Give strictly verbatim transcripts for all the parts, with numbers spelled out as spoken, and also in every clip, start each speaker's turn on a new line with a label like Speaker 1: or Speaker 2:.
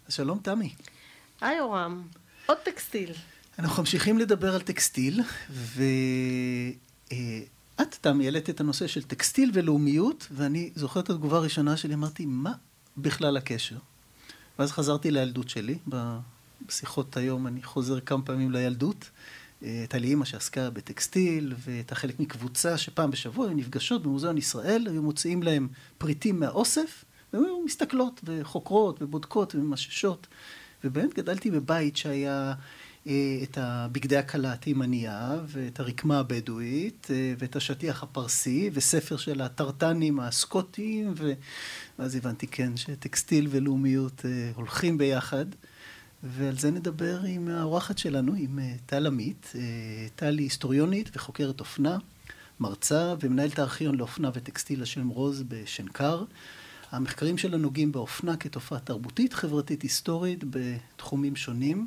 Speaker 1: אז שלום תמי.
Speaker 2: היי אורם, עוד טקסטיל.
Speaker 1: אנחנו ממשיכים לדבר על טקסטיל, ואת תמי העלית את הנושא של טקסטיל ולאומיות, ואני זוכר את התגובה הראשונה שלי, אמרתי, מה בכלל הקשר? ואז חזרתי לילדות שלי, בשיחות היום אני חוזר כמה פעמים לילדות, הייתה לי אמא שעסקה בטקסטיל, והייתה חלק מקבוצה שפעם בשבוע היו נפגשות במוזיאון ישראל, היו מוציאים להם פריטים מהאוסף, והן היו מסתכלות וחוקרות ובודקות ומששות, ובאמת גדלתי בבית שהיה אה, את הבגדי הקלה התימניה, ואת הרקמה הבדואית, אה, ואת השטיח הפרסי, וספר של הטרטנים הסקוטיים, ו... ואז הבנתי כן שטקסטיל ולאומיות אה, הולכים ביחד, ועל זה נדבר עם האורחת שלנו, עם אה, טל עמית. אה, טל היא היסטוריונית וחוקרת אופנה, מרצה ומנהלת הארכיון לאופנה וטקסטיל השם רוז בשנקר. המחקרים שלה נוגעים באופנה כתופעה תרבותית, חברתית, היסטורית, בתחומים שונים,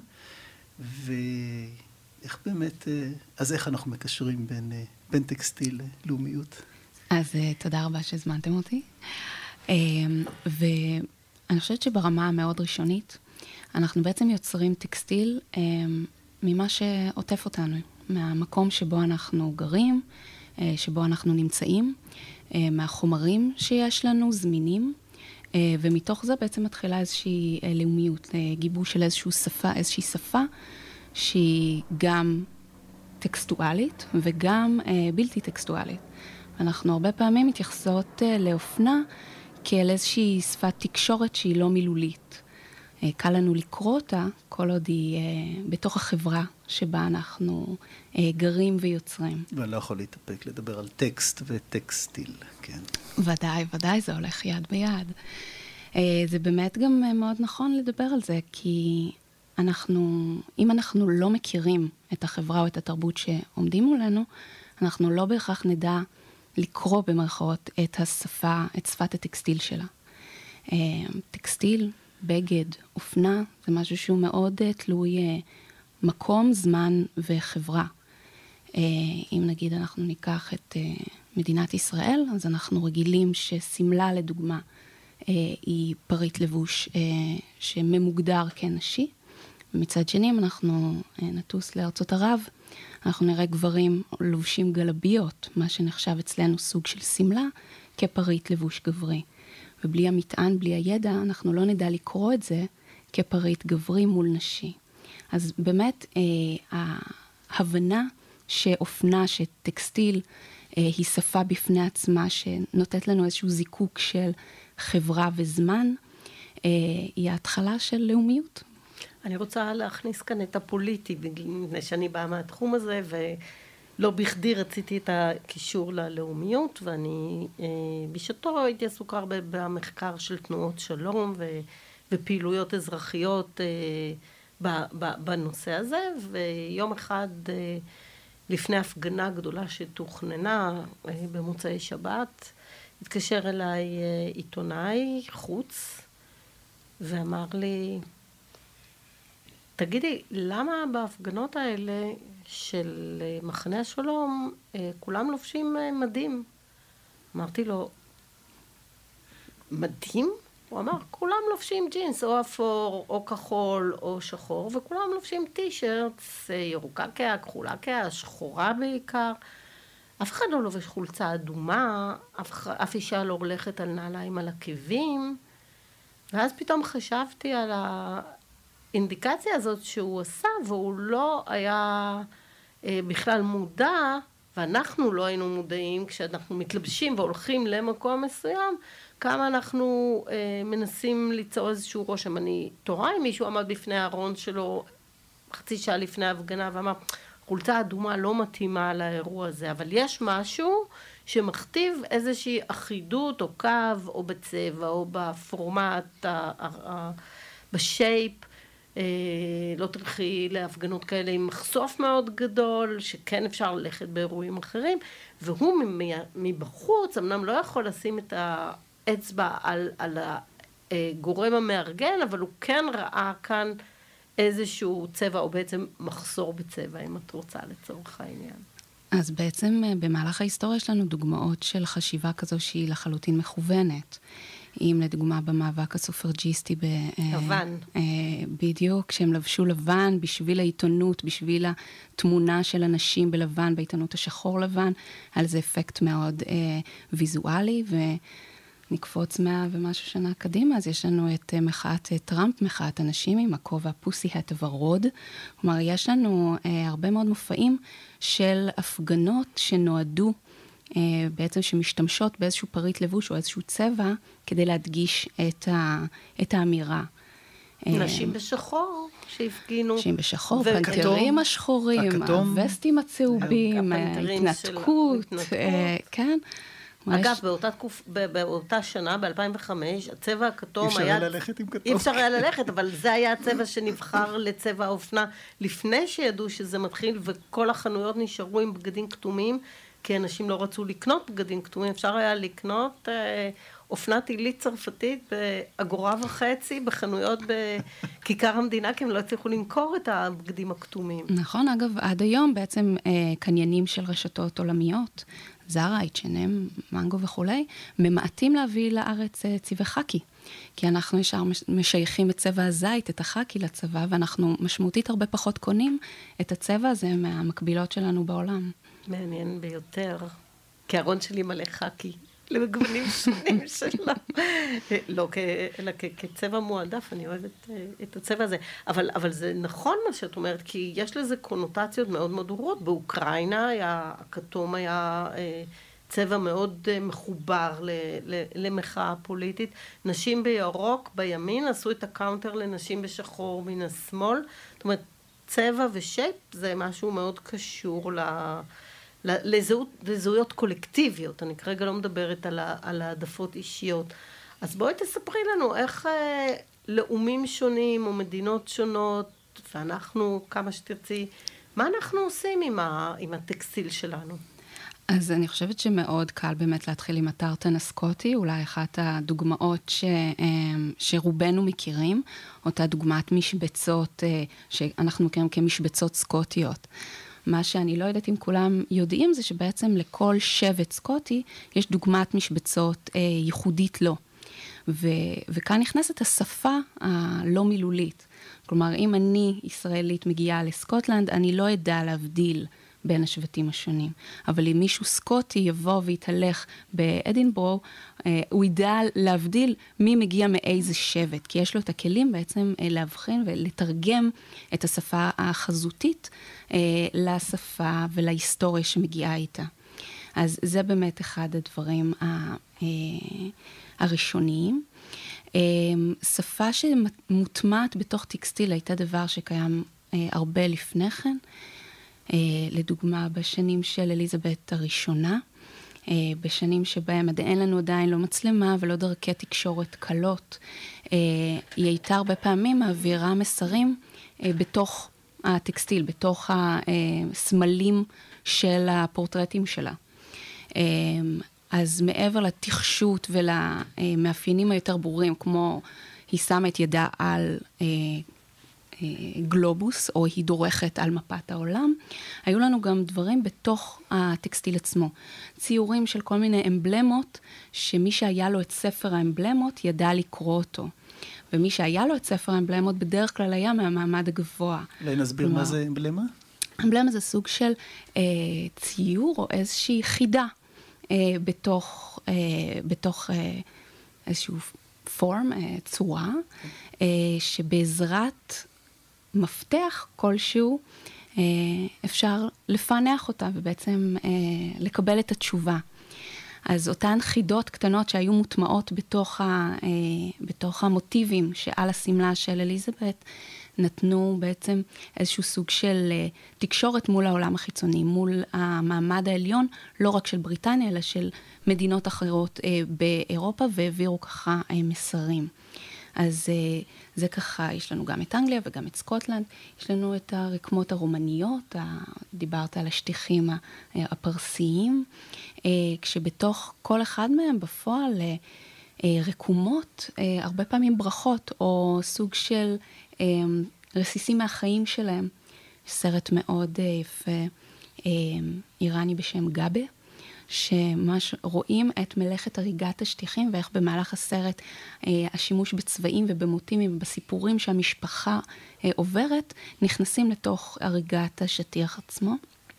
Speaker 1: ואיך באמת, אז איך אנחנו מקשרים בין, בין טקסטיל ללאומיות?
Speaker 3: אז תודה רבה שהזמנתם אותי. ואני חושבת שברמה המאוד ראשונית, אנחנו בעצם יוצרים טקסטיל ממה שעוטף אותנו, מהמקום שבו אנחנו גרים, שבו אנחנו נמצאים, מהחומרים שיש לנו, זמינים, ומתוך זה בעצם מתחילה איזושהי לאומיות, גיבוש של איזושהי שפה, איזושהי שפה שהיא גם טקסטואלית וגם בלתי טקסטואלית. אנחנו הרבה פעמים מתייחסות לאופנה כאל איזושהי שפת תקשורת שהיא לא מילולית. קל לנו לקרוא אותה כל עוד היא בתוך החברה שבה אנחנו גרים ויוצרים.
Speaker 1: ואני לא יכול להתאפק לדבר על טקסט וטקסטיל, כן.
Speaker 3: ודאי, ודאי, זה הולך יד ביד. זה באמת גם מאוד נכון לדבר על זה, כי אנחנו, אם אנחנו לא מכירים את החברה או את התרבות שעומדים מולנו, אנחנו לא בהכרח נדע לקרוא במרכאות את השפה, את שפת הטקסטיל שלה. טקסטיל, בגד, אופנה, זה משהו שהוא מאוד תלוי מקום, זמן וחברה. אם נגיד אנחנו ניקח את מדינת ישראל, אז אנחנו רגילים שסמלה לדוגמה היא פריט לבוש שממוגדר כנשי. ומצד שני, אם אנחנו נטוס לארצות ערב, אנחנו נראה גברים לובשים גלביות, מה שנחשב אצלנו סוג של סמלה, כפריט לבוש גברי. ובלי המטען, בלי הידע, אנחנו לא נדע לקרוא את זה כפריט גברי מול נשי. אז באמת, אה, ההבנה שאופנה, שטקסטיל, אה, היא שפה בפני עצמה, שנותנת לנו איזשהו זיקוק של חברה וזמן, אה, היא ההתחלה של לאומיות.
Speaker 2: אני רוצה להכניס כאן את הפוליטי, בגלל שאני באה מהתחום הזה, ולא בכדי רציתי את הקישור ללאומיות, ואני אה, בשעתו הייתי עסוקה הרבה במחקר של תנועות שלום, ו, ופעילויות אזרחיות אה, בנושא הזה, ויום אחד אה, לפני הפגנה גדולה שתוכננה אה, במוצאי שבת, התקשר אליי אה, עיתונאי חוץ, ואמר לי, תגידי, למה בהפגנות האלה של מחנה השלום כולם לובשים מדים? אמרתי לו, מדים? הוא אמר, כולם לובשים ג'ינס, או אפור, או כחול, או שחור, וכולם לובשים טישרטס, ירוקה כהה, כחולה כהה, שחורה בעיקר. אף אחד לא לובש חולצה אדומה, אף, אף אישה לא הולכת על נעליים על עקבים. ואז פתאום חשבתי על האינדיקציה הזאת שהוא עשה, והוא לא היה אה, בכלל מודע, ואנחנו לא היינו מודעים כשאנחנו מתלבשים והולכים למקום מסוים, כמה אנחנו אה, מנסים ליצור איזשהו רושם. אני תורה אם מישהו עמד בפני הארון שלו חצי שעה לפני ההפגנה ואמר, חולצה אדומה לא מתאימה לאירוע הזה, אבל יש משהו שמכתיב איזושהי אחידות או קו או בצבע או בפורמט, בשייפ. לא תלכי להפגנות כאלה עם מחשוף מאוד גדול, שכן אפשר ללכת באירועים אחרים, והוא מבחוץ, אמנם לא יכול לשים את האצבע על, על הגורם המארגן, אבל הוא כן ראה כאן איזשהו צבע, או בעצם מחסור בצבע, אם את רוצה לצורך העניין.
Speaker 3: אז בעצם במהלך ההיסטוריה יש לנו דוגמאות של חשיבה כזו שהיא לחלוטין מכוונת. אם לדוגמה במאבק הסופרג'יסטי ב...
Speaker 2: לבן.
Speaker 3: בדיוק, שהם לבשו לבן בשביל העיתונות, בשביל התמונה של אנשים בלבן, בעיתונות השחור לבן, על זה אפקט מאוד ויזואלי, ונקפוץ מאה ומשהו שנה קדימה, אז יש לנו את מחאת טראמפ, מחאת אנשים עם הכובע פוסי הט ורוד, כלומר יש לנו הרבה מאוד מופעים של הפגנות שנועדו, בעצם שמשתמשות באיזשהו פריט לבוש או איזשהו צבע, כדי להדגיש את, ה, את האמירה.
Speaker 2: נשים בשחור שהפגינו.
Speaker 3: נשים בשחור, פנתרים השחורים, הווסטים הצהובים, ההתנתקות, כן.
Speaker 2: אגב, באותה, תקוף, באותה שנה, ב-אלפיים וחמש, הצבע הכתום היה...
Speaker 1: אי אפשר היה ללכת עם כתום.
Speaker 2: אי אפשר היה ללכת, אבל זה היה הצבע שנבחר לצבע האופנה, לפני שידעו שזה מתחיל, וכל החנויות נשארו עם בגדים כתומים, כי אנשים לא רצו לקנות בגדים כתומים, אפשר היה לקנות אה, אופנת עילית צרפתית באגורה וחצי, בחנויות בכיכר המדינה, כי הם לא הצליחו למכור את הבגדים הכתומים.
Speaker 3: נכון, אגב, עד היום בעצם אה, קניינים של רשתות עולמיות, זרה, אייץ' אנד אם, מנגו וכולי, ממעטים להביא לארץ אה, צבעי חקי. כי אנחנו ישר משייכים את צבע הזית, את החקי לצבא, ואנחנו משמעותית הרבה פחות קונים את הצבע הזה מהמקבילות שלנו בעולם.
Speaker 2: מעניין ביותר, כי הארון שלי מלא חקי, למגוונים שונים שלה. לא, אלא כצבע מועדף, אני אוהבת את הצבע הזה. אבל, אבל זה נכון מה שאת אומרת, כי יש לזה קונוטציות מאוד מאוד ברורות. באוקראינה היה, הכתום היה צבע מאוד מחובר למחאה פוליטית. נשים בירוק, בימין, עשו את הקאונטר לנשים בשחור מן השמאל. זאת אומרת, צבע ושייפ זה משהו מאוד קשור ל... לזהות, לזהויות קולקטיביות, אני כרגע לא מדברת על, ה, על העדפות אישיות. אז בואי תספרי לנו איך אה, לאומים שונים או מדינות שונות, ואנחנו, כמה שתרצי, מה אנחנו עושים עם, ה, עם הטקסטיל שלנו?
Speaker 3: אז אני חושבת שמאוד קל באמת להתחיל עם הטרטן הסקוטי, אולי אחת הדוגמאות ש, שרובנו מכירים, אותה דוגמת משבצות שאנחנו מכירים כמשבצות סקוטיות. מה שאני לא יודעת אם כולם יודעים זה שבעצם לכל שבט סקוטי יש דוגמת משבצות אה, ייחודית לו. ו, וכאן נכנסת השפה הלא מילולית. כלומר, אם אני ישראלית מגיעה לסקוטלנד, אני לא אדע להבדיל בין השבטים השונים. אבל אם מישהו סקוטי יבוא ויתהלך באדינבורו, אה, הוא ידע להבדיל מי מגיע מאיזה שבט, כי יש לו את הכלים בעצם אה, להבחין ולתרגם את השפה החזותית אה, לשפה ולהיסטוריה שמגיעה איתה. אז זה באמת אחד הדברים ה, אה, הראשוניים. אה, שפה שמוטמעת בתוך טקסטיל הייתה דבר שקיים אה, הרבה לפני כן, Uh, לדוגמה, בשנים של אליזבת הראשונה, uh, בשנים שבהם עד אין לנו עדיין לא מצלמה ולא דרכי תקשורת קלות, uh, היא הייתה הרבה פעמים מעבירה מסרים uh, בתוך הטקסטיל, בתוך הסמלים של הפורטרטים שלה. Uh, אז מעבר לתחשות ולמאפיינים היותר ברורים, כמו היא שמה את ידה על uh, גלובוס, או היא דורכת על מפת העולם, היו לנו גם דברים בתוך הטקסטיל עצמו. ציורים של כל מיני אמבלמות, שמי שהיה לו את ספר האמבלמות ידע לקרוא אותו. ומי שהיה לו את ספר האמבלמות בדרך כלל היה מהמעמד הגבוה.
Speaker 1: אולי נסביר מה זה אמבלמה?
Speaker 3: אמבלמה זה סוג של אה, ציור או איזושהי חידה אה, בתוך, אה, בתוך אה, איזשהו פורם, אה, צורה, אה, שבעזרת מפתח כלשהו, אפשר לפענח אותה ובעצם לקבל את התשובה. אז אותן חידות קטנות שהיו מוטמעות בתוך, ה, בתוך המוטיבים שעל הסמלה של אליזבת, נתנו בעצם איזשהו סוג של תקשורת מול העולם החיצוני, מול המעמד העליון, לא רק של בריטניה, אלא של מדינות אחרות באירופה, והעבירו ככה מסרים. אז זה ככה, יש לנו גם את אנגליה וגם את סקוטלנד, יש לנו את הרקמות הרומניות, דיברת על השטיחים הפרסיים, כשבתוך כל אחד מהם בפועל רקומות, הרבה פעמים ברכות, או סוג של רסיסים מהחיים שלהם. סרט מאוד יפה, איראני בשם גאבה, שממש רואים את מלאכת הריגת השטיחים, ואיך במהלך הסרט השימוש בצבעים ובמוטיבים ובסיפורים שהמשפחה עוברת, נכנסים לתוך הריגת השטיח עצמו.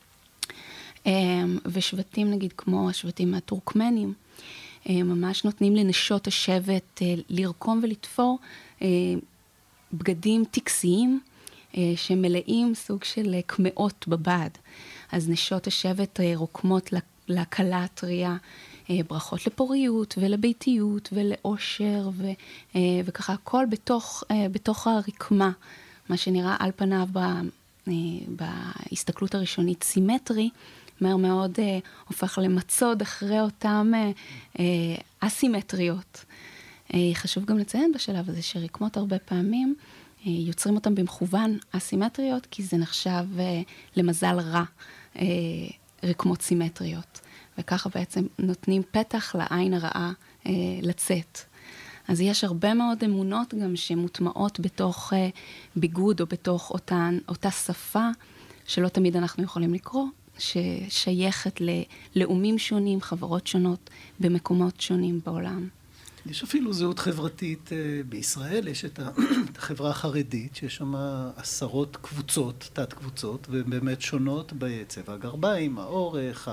Speaker 3: ושבטים נגיד כמו השבטים הטורקמנים, ממש נותנים לנשות השבט לרקום ולתפור בגדים טקסיים שמלאים סוג של קמאות בבד. אז נשות השבט רוקמות לכלה הטריה ברכות לפוריות ולביתיות ולאושר ו, וככה הכל בתוך, בתוך הרקמה, מה שנראה על פניו ב, בהסתכלות הראשונית סימטרי, מהר מאוד אה, הופך למצוד אחרי אותם אה, אה, אסימטריות. אה, חשוב גם לציין בשלב הזה שרקמות הרבה פעמים אה, יוצרים אותם במכוון אסימטריות, כי זה נחשב אה, למזל רע, אה, רקמות סימטריות. וככה בעצם נותנים פתח לעין הרעה אה, לצאת. אז יש הרבה מאוד אמונות גם שמוטמעות בתוך אה, ביגוד או בתוך אותן, אותה שפה, שלא תמיד אנחנו יכולים לקרוא, ששייכת ללאומים שונים, חברות שונות, במקומות שונים בעולם.
Speaker 1: יש אפילו זהות חברתית בישראל, יש את החברה החרדית, שיש שם עשרות קבוצות, תת קבוצות, והן באמת שונות בצבע הגרביים, האורך,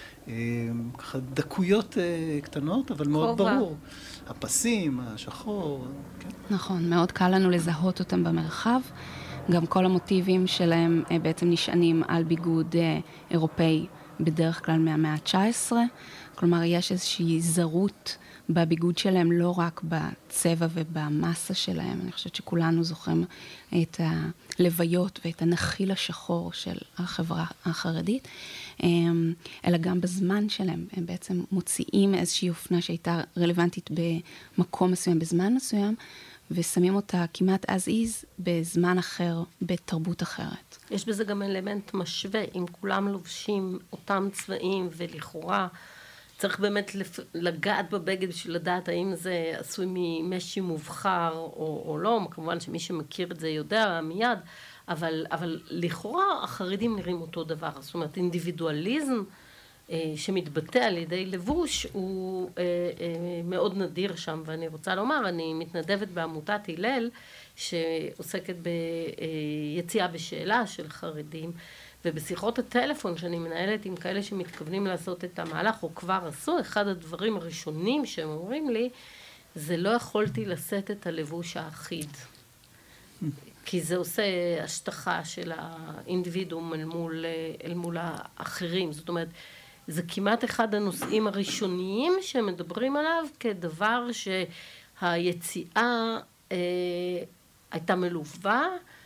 Speaker 1: דקויות קטנות, אבל מאוד ברור. הפסים, השחור. כן.
Speaker 3: נכון, מאוד קל לנו לזהות אותם במרחב. גם כל המוטיבים שלהם בעצם נשענים על ביגוד אירופאי, בדרך כלל מהמאה ה-תשע עשרה. כלומר, יש איזושהי זרות בביגוד שלהם, לא רק בצבע ובמסה שלהם. אני חושבת שכולנו זוכרים את הלוויות ואת הנחיל השחור של החברה החרדית, אלא גם בזמן שלהם. הם בעצם מוציאים איזושהי אופנה שהייתה רלוונטית במקום מסוים, בזמן מסוים, ושמים אותה כמעט as is בזמן אחר, בתרבות אחרת.
Speaker 2: יש בזה גם אלמנט משווה, אם כולם לובשים אותם צבעים ולכאורה, צריך באמת לגעת בבגד בשביל לדעת האם זה עשוי ממשי מובחר או, או לא, כמובן שמי שמכיר את זה יודע מיד, אבל, אבל לכאורה החרדים נראים אותו דבר, זאת אומרת אינדיבידואליזם, שמתבטא על ידי לבוש הוא אה, אה, מאוד נדיר שם, ואני רוצה לומר, אני מתנדבת בעמותת הלל שעוסקת ביציאה בשאלה של חרדים, ובשיחות הטלפון שאני מנהלת עם כאלה שמתכוונים לעשות את המהלך או כבר עשו, אחד הדברים הראשונים שהם אומרים לי זה לא יכולתי לשאת את הלבוש האחיד, כי זה עושה השטחה של האינדיבידום אל מול, אל מול האחרים, זאת אומרת זה כמעט אחד הנושאים הראשוניים שמדברים עליו כדבר שהיציאה אה, הייתה מלווה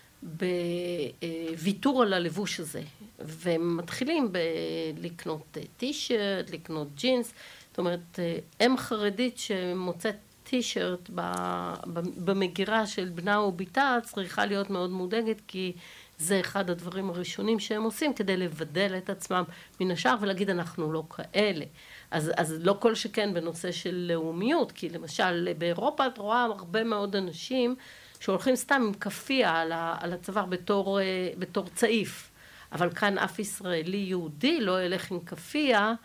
Speaker 2: בוויתור על הלבוש הזה. והם מתחילים לקנות טישרט, לקנות ג'ינס. זאת אומרת, אם חרדית שמוצאת טישרט במגירה של בנה או ביתה צריכה להיות מאוד מודאגת, כי זה אחד הדברים הראשונים שהם עושים כדי לבדל את עצמם מן השאר ולהגיד אנחנו לא כאלה. אז, אז לא כל שכן בנושא של לאומיות, כי למשל באירופה את רואה הרבה מאוד אנשים שהולכים סתם עם כפיה על, ה, על הצוואר בתור, בתור צעיף. אבל כאן אף ישראלי יהודי לא ילך עם כפיה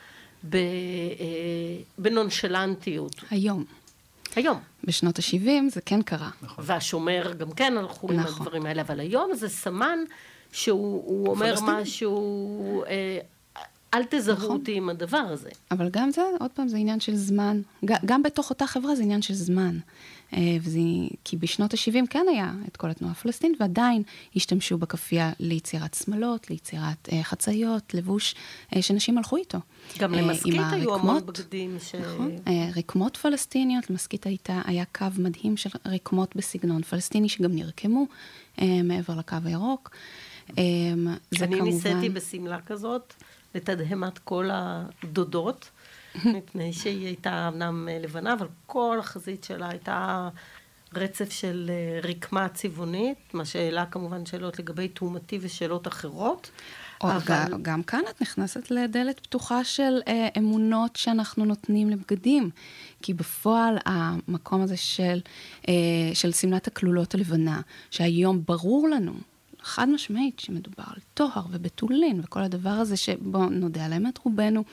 Speaker 2: בנונשלנטיות.
Speaker 3: היום.
Speaker 2: היום.
Speaker 3: בשנות ה-שבעים זה כן קרה.
Speaker 2: נכון. והשומר גם כן הלכו נכון. עם הדברים האלה, אבל היום זה סמן שהוא אומר פלסטין. משהו, אה, אל תזהו נכון. אותי עם הדבר הזה.
Speaker 3: אבל גם זה, עוד פעם, זה עניין של זמן. גם בתוך אותה חברה זה עניין של זמן. וזה, כי בשנות ה-שבעים כן היה את כל התנועה הפלסטינית, ועדיין השתמשו בכפייה ליצירת שמלות, ליצירת אה, חצאיות, לבוש אה, שנשים הלכו איתו.
Speaker 2: גם אה, למסכית היו המון בגדים. ש...
Speaker 3: נכון, אה, רקמות פלסטיניות, למסכית הייתה, היה קו מדהים של רקמות בסגנון פלסטיני, שגם נרקמו אה, מעבר לקו הירוק. אה,
Speaker 2: זה אני כמובן... ניסיתי בסמלה כזאת, לתדהמת כל הדודות, מפני שהיא הייתה אמנם לבנה, אבל כל החזית שלה הייתה רצף של רקמה צבעונית, מה שאלה כמובן שאלות לגבי תאומתי ושאלות אחרות.
Speaker 3: אבל... גם כאן את נכנסת לדלת פתוחה של אה, אמונות שאנחנו נותנים לבגדים, כי בפועל המקום הזה של, אה, של סמלת הכלולות הלבנה, שהיום ברור לנו, חד משמעית שמדובר על טוהר ובתולין, וכל הדבר הזה שבו נודע להם את רובנו,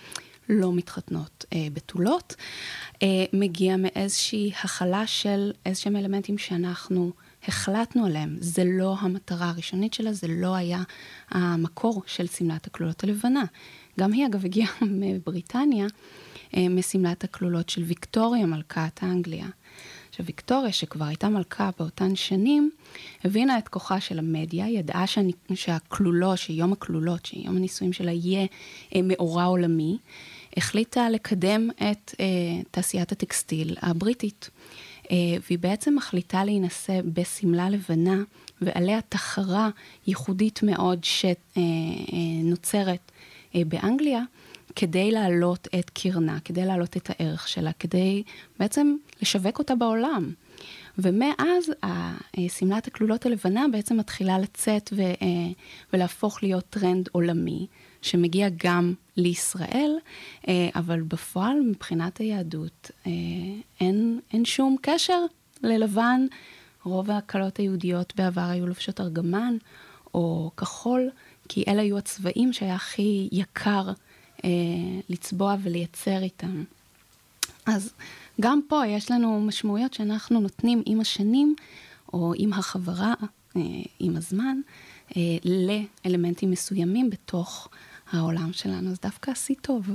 Speaker 3: לא מתחתנות אה, בתולות, אה, מגיע מאיזושהי החלה של איזשהם אלמנטים שאנחנו החלטנו עליהם. זה לא המטרה הראשונית שלה, זה לא היה המקור של סמלת הכלולות הלבנה. גם היא אגב הגיעה מבריטניה, אה, מסמלת הכלולות של ויקטוריה, מלכת אנגליה. עכשיו, ויקטוריה, שכבר הייתה מלכה באותן שנים, הבינה את כוחה של המדיה, ידעה שאני, שהכלולות, שיום הכלולות, שיום הנישואים שלה יהיה אה, מאורע עולמי, החליטה לקדם את אה, תעשיית הטקסטיל הבריטית. אה, והיא בעצם מחליטה להינשא בסמלה לבנה, ועליה תחרה ייחודית מאוד שנוצרת אה, אה, באנגליה, כדי להעלות את קרנה, כדי להעלות את הערך שלה, כדי בעצם לשווק אותה בעולם. ומאז סמלת הכלולות הלבנה בעצם מתחילה לצאת ו, ולהפוך להיות טרנד עולמי, שמגיע גם לישראל, אבל בפועל מבחינת היהדות אין, אין שום קשר ללבן. רוב הכלות היהודיות בעבר היו לובשות ארגמן או כחול, כי אלה היו הצבעים שהיה הכי יקר לצבוע ולייצר איתם. אז גם פה יש לנו משמעויות שאנחנו נותנים עם השנים, או עם החברה, עם הזמן, לאלמנטים מסוימים בתוך העולם שלנו. אז דווקא עשי טוב.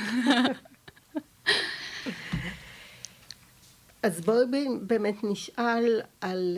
Speaker 2: אז בואי באמת נשאל על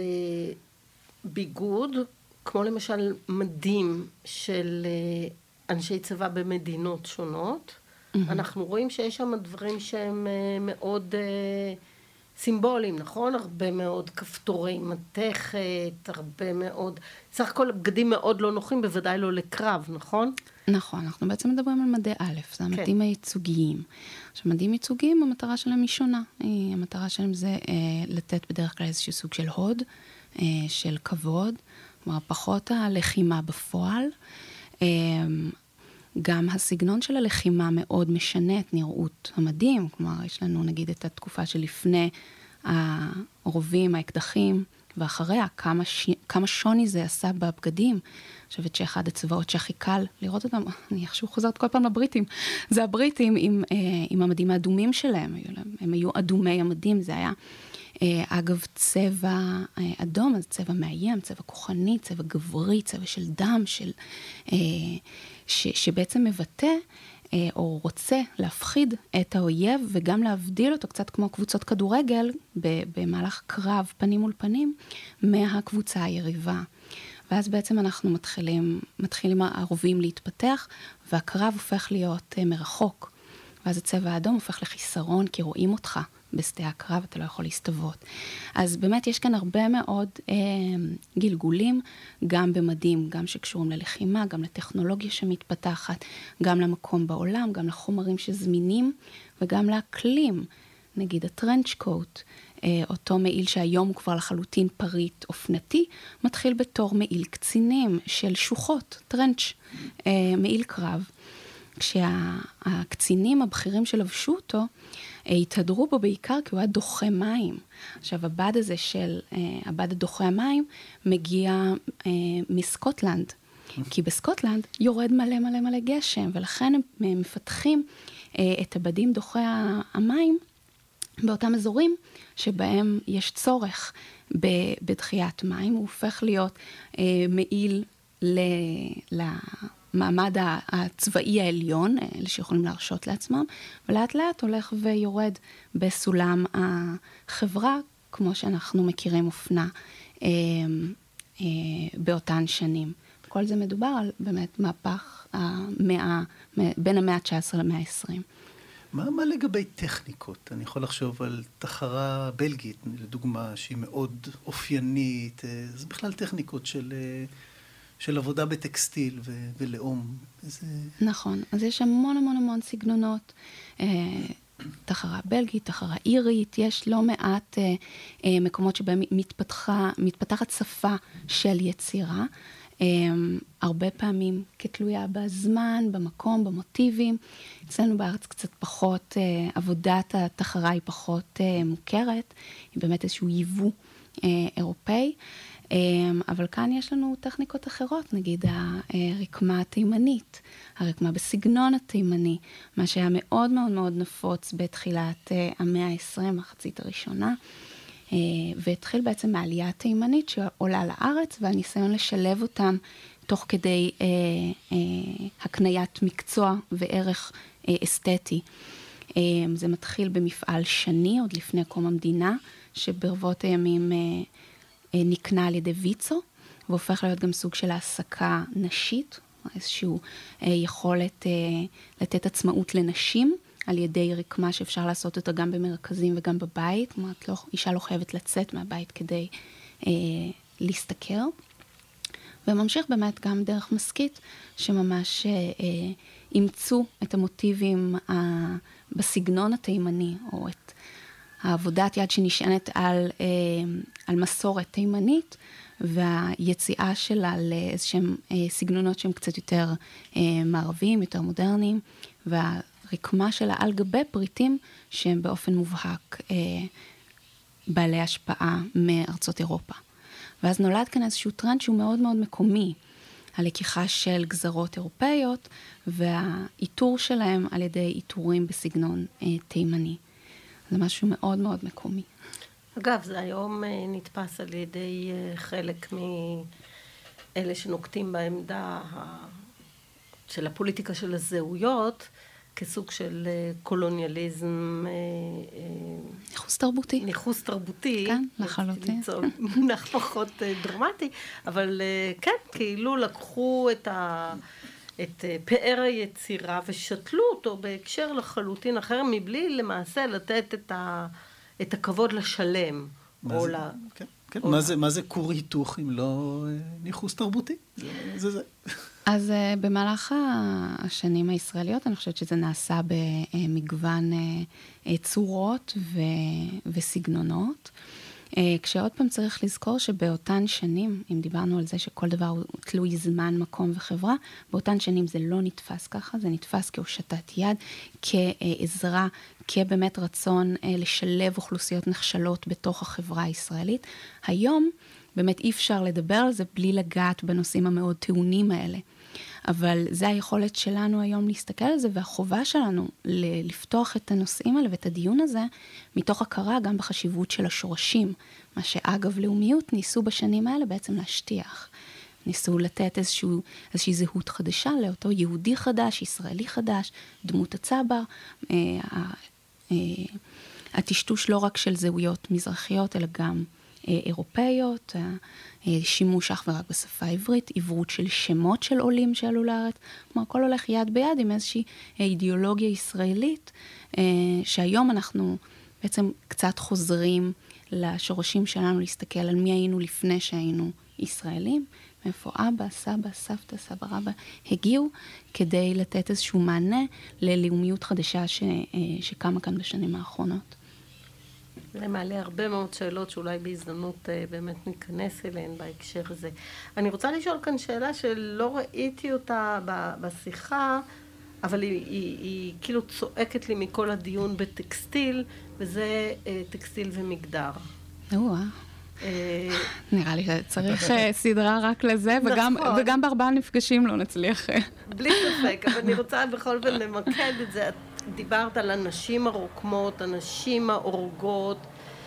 Speaker 2: ביגוד, כמו למשל מדים של אנשי צבא במדינות שונות. Mm-hmm. אנחנו רואים שיש שם דברים שהם מאוד סימבוליים, נכון? הרבה מאוד כפתורי מתכת, הרבה מאוד, סך הכל בגדים מאוד לא נוחים, בוודאי לא לקרב, נכון?
Speaker 3: נכון, אנחנו בעצם מדברים על מדי א', זה המדים כן. הייצוגיים. עכשיו, מדים ייצוגיים, המטרה שלהם היא שונה. המטרה שלהם זה אה, לתת בדרך כלל איזשהו סוג של הוד, אה, של כבוד, כלומר, פחות הלחימה בפועל. אה, גם הסגנון של הלחימה מאוד משנה את נראות המדים, כלומר, יש לנו נגיד את התקופה שלפני הרובים, האקדחים, ואחריה, כמה, ש... כמה שוני זה עשה בבגדים. אני חושבת שאחד הצבאות שהכי קל לראות אותם, אני איכשהו חוזרת כל פעם לבריטים, זה הבריטים עם, אה, עם המדים האדומים שלהם, היו להם, הם היו אדומי המדים, זה היה, אה, אגב, צבע אה, אדום, אז צבע מאיים, צבע כוחני, צבע גברי, צבע של דם, של, אה, ש, שבעצם מבטא, או רוצה להפחיד את האויב, וגם להבדיל אותו קצת כמו קבוצות כדורגל, במהלך קרב פנים מול פנים, מהקבוצה היריבה. ואז בעצם אנחנו מתחילים, מתחילים הרובים להתפתח, והקרב הופך להיות מרחוק. ואז הצבע האדום הופך לחיסרון, כי רואים אותך בשדה הקרב, אתה לא יכול להסתוות. אז באמת יש כאן הרבה מאוד אה, גלגולים, גם במדים, גם שקשורים ללחימה, גם לטכנולוגיה שמתפתחת, גם למקום בעולם, גם לחומרים שזמינים, וגם לאקלים. נגיד הטרנץ' קוט, אה, אותו מעיל שהיום הוא כבר לחלוטין פריט אופנתי, מתחיל בתור מעיל קצינים של שוחות, טרנץ', אה, מעיל קרב. כשהקצינים הבכירים שלבשו אותו, התהדרו בו בעיקר כי הוא היה דוחה מים. עכשיו, הבד הזה של, הבד הדוחה המים, מגיע מסקוטלנד. כי בסקוטלנד יורד מלא מלא מלא גשם, ולכן הם מפתחים את הבדים דוחה המים, באותם אזורים שבהם יש צורך בדחיית מים. הוא הופך להיות מעיל ל... מעמד הצבאי העליון, אלה שיכולים להרשות לעצמם, ולאט לאט הולך ויורד בסולם החברה, כמו שאנחנו מכירים אופנה אה, אה, באותן שנים. כל זה מדובר על באמת מהפך המאה, בין המאה ה-תשע עשרה למאה ה-עשרים.
Speaker 1: מה, מה לגבי טכניקות? אני יכול לחשוב על תחרה בלגית, לדוגמה, שהיא מאוד אופיינית, זה בכלל טכניקות של... של עבודה בטקסטיל ו- ולאום. איזה...
Speaker 3: נכון, אז יש המון המון המון סגנונות, אה, תחרה בלגית, תחרה אירית, יש לא מעט אה, אה, מקומות שבהם מתפתחה, מתפתחת שפה של יצירה, אה, הרבה פעמים כתלויה בזמן, במקום, במוטיבים. אצלנו בארץ קצת פחות, אה, עבודת התחרה היא פחות אה, מוכרת, היא באמת איזשהו ייבוא אה, אירופאי, אבל כאן יש לנו טכניקות אחרות, נגיד הרקמה התימנית, הרקמה בסגנון התימני, מה שהיה מאוד מאוד מאוד נפוץ בתחילת המאה ה-עשרים, מחצית הראשונה, והתחיל בעצם מהעלייה התימנית שעולה לארץ, והניסיון לשלב אותם תוך כדי אה, אה, הקניית מקצוע וערך אה, אסתטי. אה, זה מתחיל במפעל שני, עוד לפני קום המדינה, שברבות הימים אה, אה, נקנה על ידי ויצו, והופך להיות גם סוג של העסקה נשית, איזושהי אה, יכולת אה, לתת עצמאות לנשים, על ידי רקמה שאפשר לעשות אותה גם במרכזים וגם בבית, זאת אומרת, לא, אישה לא חייבת לצאת מהבית כדי אה, להסתכר. וממשיך באמת גם דרך מסכית, שממש אה, אימצו את המוטיבים אה, בסגנון התימני, או את העבודת יד שנשענת על, אה, על מסורת תימנית, והיציאה שלה לאיזשהם אה, סגנונות שהם קצת יותר אה, מערביים, יותר מודרניים, והרקמה שלה על גבי פריטים שהם באופן מובהק אה, בעלי השפעה מארצות אירופה. ואז נולד כאן איזשהו טרנד שהוא מאוד מאוד מקומי, הלקיחה של גזרות אירופאיות, והאיתור שלהם על ידי איתורים בסגנון אה, תימני. זה משהו מאוד מאוד מקומי.
Speaker 2: אגב, זה היום אה, נתפס על ידי אה, חלק מאלה שנוקטים בעמדה ה... של הפוליטיקה של הזהויות, כסוג של קולוניאליזם.
Speaker 3: ניחוס תרבותי.
Speaker 2: ניחוס תרבותי.
Speaker 3: כן, לחלוטין.
Speaker 2: מונח פחות דרמטי, אבל כן, כאילו לקחו את, ה, את פאר היצירה ושתלו אותו בהקשר לחלוטין אחר, מבלי למעשה לתת את, ה, את הכבוד לשלם.
Speaker 1: מה זה, לה... כן, כן. מה, זה, מה זה כור היתוך אם לא ניחוס תרבותי? זה זה. זה.
Speaker 3: אז uh, במהלך השנים הישראליות, אני חושבת שזה נעשה במגוון uh, צורות ו- וסגנונות. Uh, כשעוד פעם צריך לזכור שבאותן שנים, אם דיברנו על זה שכל דבר הוא תלוי זמן, מקום וחברה, באותן שנים זה לא נתפס ככה, זה נתפס כהושטת יד, כעזרה, כבאמת רצון uh, לשלב אוכלוסיות נחשלות בתוך החברה הישראלית. היום באמת אי אפשר לדבר על זה בלי לגעת בנושאים המאוד טעונים האלה. אבל זה היכולת שלנו היום להסתכל על זה, והחובה שלנו לפתוח את הנושאים האלה ואת הדיון הזה, מתוך הכרה גם בחשיבות של השורשים, מה שאגב לאומיות ניסו בשנים האלה בעצם להשטיח. ניסו לתת איזשהו, איזושהי זהות חדשה לאותו יהודי חדש, ישראלי חדש, דמות הצבר, אה, אה, הטשטוש לא רק של זהויות מזרחיות, אלא גם אירופאיות, שימוש אך ורק בשפה העברית, עברות של שמות של עולים שעלו לארץ, כלומר, הכל הולך יד ביד עם איזושהי אידיאולוגיה ישראלית, שהיום אנחנו בעצם קצת חוזרים לשורשים שלנו להסתכל על מי היינו לפני שהיינו ישראלים, מאיפה אבא, סבא, סבתא, סבא רבא הגיעו, כדי לתת איזשהו מענה ללאומיות חדשה ש, שקמה כאן בשנים האחרונות.
Speaker 2: זה מעלה הרבה מאוד שאלות שאולי בהזדמנות באמת ניכנס אליהן בהקשר הזה. אני רוצה לשאול כאן שאלה שלא ראיתי אותה בשיחה, אבל היא, היא, היא כאילו צועקת לי מכל הדיון בטקסטיל, וזה טקסטיל ומגדר.
Speaker 3: וואו. נראה לי שצריך סדרה רק לזה, וגם, וגם בארבעה נפגשים לא נצליח.
Speaker 2: בלי ספק, אבל אני רוצה בכל זאת למקד את זה. דיברת על הנשים הרוקמות, הנשים האורגות.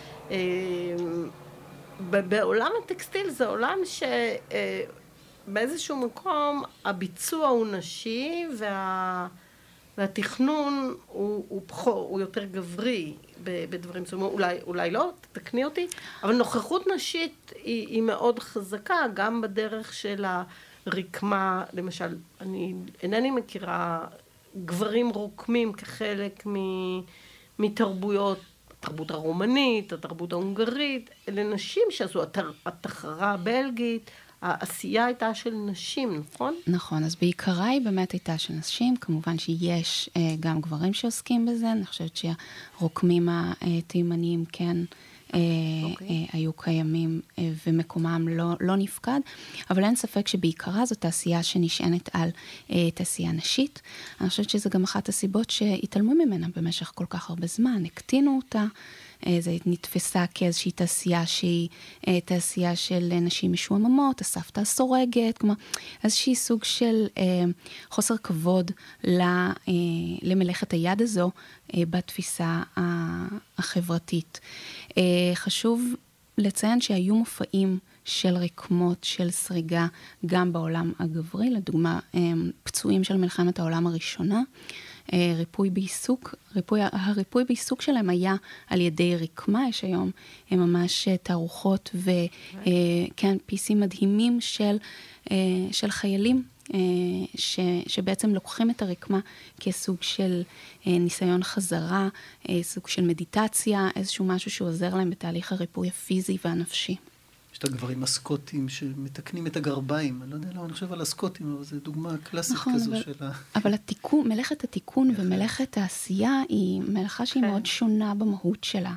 Speaker 2: בעולם הטקסטיל זה עולם שבאיזשהו מקום הביצוע הוא נשי וה... והתכנון הוא, הוא, פחור, הוא יותר גברי בדברים, זאת אומרת, אולי, אולי לא, תתקני אותי, אבל נוכחות נשית היא, היא מאוד חזקה, גם בדרך של הרקמה, למשל, אני אינני מכירה גברים רוקמים כחלק מתרבויות, התרבות הרומנית, התרבות ההונגרית, אלה נשים שעשו התחרה הבלגית, העשייה הייתה של נשים, נכון?
Speaker 3: נכון, אז בעיקרה היא באמת הייתה של נשים, כמובן שיש אה, גם גברים שעוסקים בזה, אני חושבת שהרוקמים התימניים כן אה, okay. אה, היו קיימים אה, ומקומם לא, לא נפקד, אבל אין ספק שבעיקרה זו תעשייה שנשענת על אה, תעשייה נשית. אני חושבת שזה גם אחת הסיבות שהתעלמו ממנה במשך כל כך הרבה זמן, הקטינו אותה, זה נתפסה כאיזושהי תעשייה שהיא תעשייה של נשים משועממות, הסבתא הסורגת, כלומר, איזושהי סוג של חוסר כבוד למלאכת היד הזו בתפיסה החברתית. חשוב לציין שהיו מופעים של רקמות, של סריגה, גם בעולם הגברי, לדוגמה, פצועים של מלחמת העולם הראשונה, ריפוי בעיסוק, ריפוי, הריפוי בעיסוק שלהם היה על ידי רקמה, יש היום הם ממש תערוכות וכן, פיסים מדהימים של, של חיילים, ש, שבעצם לוקחים את הרקמה כסוג של ניסיון חזרה, סוג של מדיטציה, איזשהו משהו שעוזר להם בתהליך הריפוי הפיזי והנפשי.
Speaker 1: יש את הגברים הסקוטים שמתקנים את הגרביים. אני לא יודע למה אני חושב על הסקוטים, אבל זו דוגמה קלאסית
Speaker 3: נכון,
Speaker 1: כזו
Speaker 3: אבל,
Speaker 1: של ה...
Speaker 3: אבל התיקון, מלאכת התיקון ומלאכת העשייה היא מלאכה שהיא מאוד שונה במהות שלה.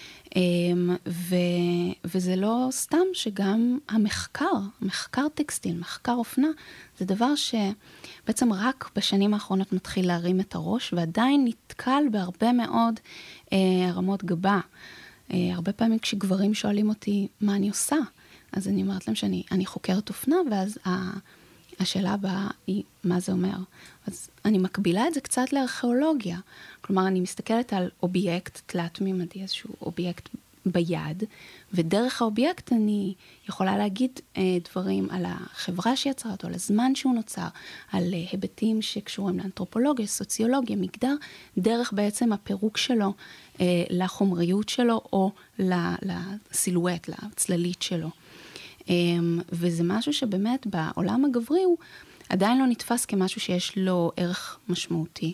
Speaker 3: ו, וזה לא סתם שגם המחקר, מחקר טקסטיל, מחקר אופנה, זה דבר שבעצם רק בשנים האחרונות מתחיל להרים את הראש, ועדיין נתקל בהרבה מאוד אה, רמות גבה. הרבה פעמים כשגברים שואלים אותי מה אני עושה, אז אני אומרת להם שאני אני חוקרת אופנה, ואז השאלה הבאה היא מה זה אומר. אז אני מקבילה את זה קצת לארכיאולוגיה. כלומר, אני מסתכלת על אובייקט תלת-מימדי, איזשהו אובייקט ביד, ודרך האובייקט אני יכולה להגיד אה, דברים על החברה שיצרה אותו, על הזמן שהוא נוצר, על אה, היבטים שקשורים לאנתרופולוגיה, סוציולוגיה, מגדר, דרך בעצם הפירוק שלו אה, לחומריות שלו, או לסילואט, לצללית שלו. אה, וזה משהו שבאמת בעולם הגברי הוא עדיין לא נתפס כמשהו שיש לו ערך משמעותי.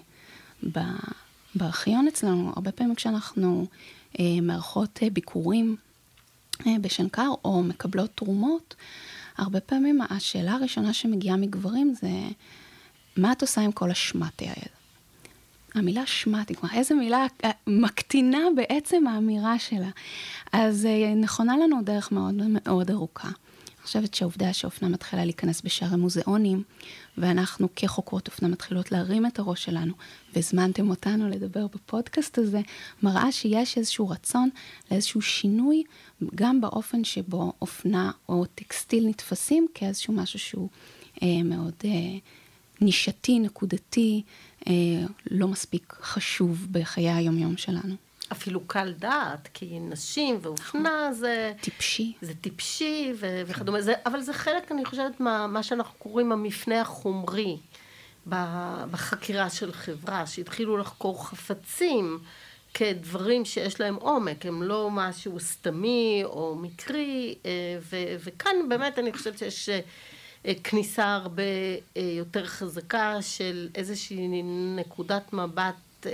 Speaker 3: בארכיון אצלנו, הרבה פעמים כשאנחנו מערכות ביקורים בשנקר או מקבלות תרומות, הרבה פעמים השאלה הראשונה שמגיעה מגברים זה, מה את עושה עם כל השמטי האלה? המילה שמטי, כלומר, איזה מילה מקטינה בעצם האמירה שלה. אז נכונה לנו דרך מאוד מאוד ארוכה. אני חושבת שהעובדה שאופנה מתחילה להיכנס בשאר המוזיאונים, ואנחנו כחוקרות אופנה מתחילות להרים את הראש שלנו, והזמנתם אותנו לדבר בפודקאסט הזה, מראה שיש איזשהו רצון לאיזשהו שינוי, גם באופן שבו אופנה או טקסטיל נתפסים, כאיזשהו משהו שהוא אה, מאוד אה, נישתי, נקודתי, אה, לא מספיק חשוב בחיי היומיום שלנו.
Speaker 2: אפילו קל דעת, כי נשים ואופנה זה...
Speaker 3: טיפשי.
Speaker 2: זה טיפשי ו- וכדומה. זה, אבל זה חלק, אני חושבת, מה, מה שאנחנו קוראים המפנה החומרי בחקירה של חברה, שהתחילו לחקור חפצים כדברים שיש להם עומק, הם לא משהו סתמי או מקרי, ו- וכאן באמת אני חושבת שיש כניסה הרבה יותר חזקה של איזושהי נקודת מבט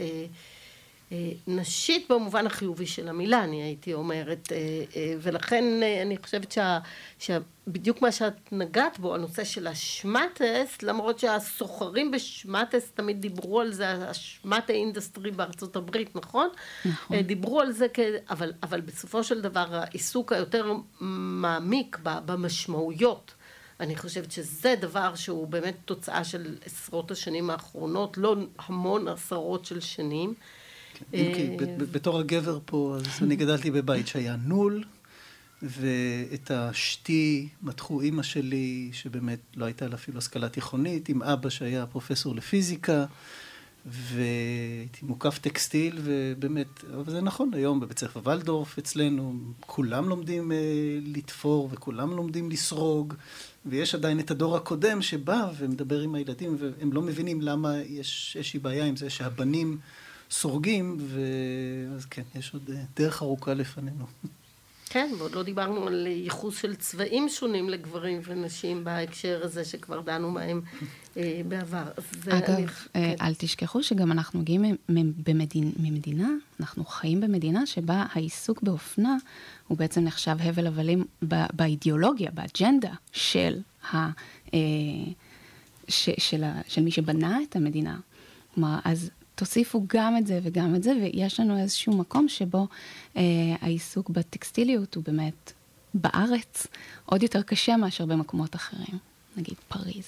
Speaker 2: נשית במובן החיובי של המילה, אני הייתי אומרת, ולכן אני חושבת שה, שבדיוק מה שאת נגעת בו, הנושא של השמטס, למרות שהסוחרים בשמטס תמיד דיברו על זה, השמטה אינדסטרי בארצות הברית, נכון? נכון. דיברו על זה, אבל, אבל בסופו של דבר העיסוק היותר מעמיק במשמעויות, אני חושבת שזה דבר שהוא באמת תוצאה של עשרות השנים האחרונות, לא המון עשרות של שנים,
Speaker 1: אם כי בתור הגבר פה, אז אני גדלתי בבית שהיה נול, ואת השתי מתחו אמא שלי, שבאמת לא הייתה לה אפילו השכלה תיכונית, עם אבא שהיה פרופסור לפיזיקה, והייתי מוקף טקסטיל, ובאמת, אבל זה נכון, היום בבית ספר ולדורף אצלנו, כולם לומדים לתפור, וכולם לומדים לסרוג, ויש עדיין את הדור הקודם שבא ומדבר עם הילדים, והם לא מבינים למה יש איזושהי בעיה עם זה שהבנים סורגים, ואז כן, יש עוד דרך ארוכה לפנינו.
Speaker 2: כן, ועוד לא דיברנו על ייחוס של צבעים שונים לגברים ונשים בהקשר הזה שכבר דנו מהם אה, בעבר.
Speaker 3: אגב, אני, אה, כן. אל תשכחו שגם אנחנו מגיעים במדינ, ממדינה, אנחנו חיים במדינה שבה העיסוק באופנה הוא בעצם נחשב הבל הבלים באידיאולוגיה, באג'נדה של, ה, אה, ש, של, ה, של מי שבנה את המדינה. כלומר, אז תוסיפו גם את זה וגם את זה, ויש לנו איזשהו מקום שבו אה, העיסוק בטקסטיליות הוא באמת בארץ עוד יותר קשה מאשר במקומות אחרים, נגיד פריז.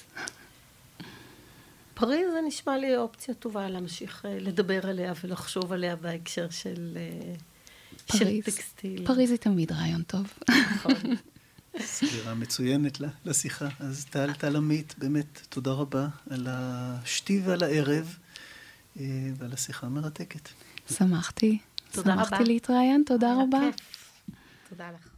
Speaker 2: פריז זה נשמע לי אופציה טובה להמשיך אה, לדבר עליה ולחשוב עליה בהקשר של, אה, של
Speaker 3: פריז.
Speaker 2: טקסטיל.
Speaker 3: פריז היא תמיד רעיון טוב.
Speaker 2: נכון.
Speaker 1: סגירה מצוינת לשיחה. אז טל, טל עמית, באמת תודה רבה על השתי ועל הערב ועל השיחה המרתקת.
Speaker 3: שמחתי.
Speaker 2: תודה רבה.
Speaker 3: שמחתי להתראיין, תודה רבה.
Speaker 2: תודה לך.